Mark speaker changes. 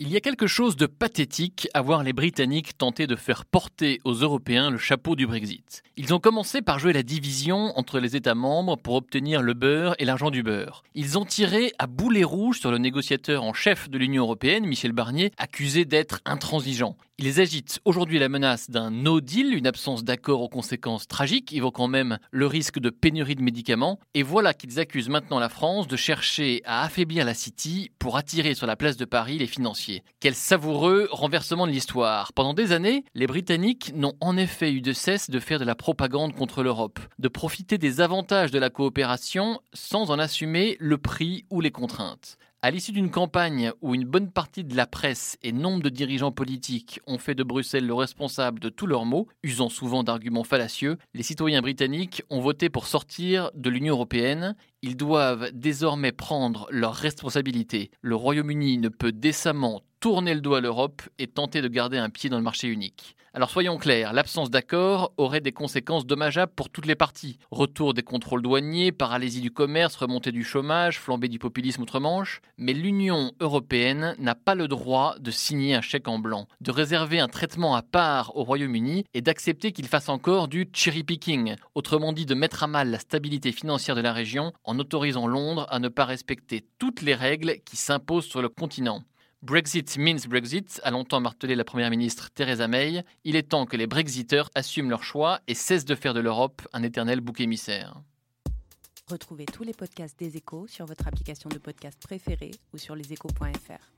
Speaker 1: Il y a quelque chose de pathétique à voir les Britanniques tenter de faire porter aux Européens le chapeau du Brexit. Ils ont commencé par jouer la division entre les États membres pour obtenir le beurre et l'argent du beurre. Ils ont tiré à boulet rouge sur le négociateur en chef de l'Union européenne, Michel Barnier, accusé d'être intransigeant. Ils agitent aujourd'hui la menace d'un no deal, une absence d'accord aux conséquences tragiques, évoquant même le risque de pénurie de médicaments. Et voilà qu'ils accusent maintenant la France de chercher à affaiblir la City pour attirer sur la place de Paris les financiers. Quel savoureux renversement de l'histoire. Pendant des années, les Britanniques n'ont en effet eu de cesse de faire de la propagande contre l'Europe, de profiter des avantages de la coopération sans en assumer le prix ou les contraintes. À l'issue d'une campagne où une bonne partie de la presse et nombre de dirigeants politiques ont fait de Bruxelles le responsable de tous leurs maux, usant souvent d'arguments fallacieux, les citoyens britanniques ont voté pour sortir de l'Union européenne. Ils doivent désormais prendre leurs responsabilités. Le Royaume-Uni ne peut décemment tourner le dos à l'Europe et tenter de garder un pied dans le marché unique. Alors soyons clairs, l'absence d'accord aurait des conséquences dommageables pour toutes les parties. Retour des contrôles douaniers, paralysie du commerce, remontée du chômage, flambée du populisme outre-Manche. Mais l'Union européenne n'a pas le droit de signer un chèque en blanc, de réserver un traitement à part au Royaume-Uni et d'accepter qu'il fasse encore du cherry picking, autrement dit de mettre à mal la stabilité financière de la région en autorisant Londres à ne pas respecter toutes les règles qui s'imposent sur le continent. Brexit means Brexit, a longtemps martelé la première ministre Theresa May. Il est temps que les Brexiteurs assument leur choix et cessent de faire de l'Europe un éternel bouc émissaire.
Speaker 2: Retrouvez tous les podcasts des Échos sur votre application de podcast préférée ou sur leséchos.fr.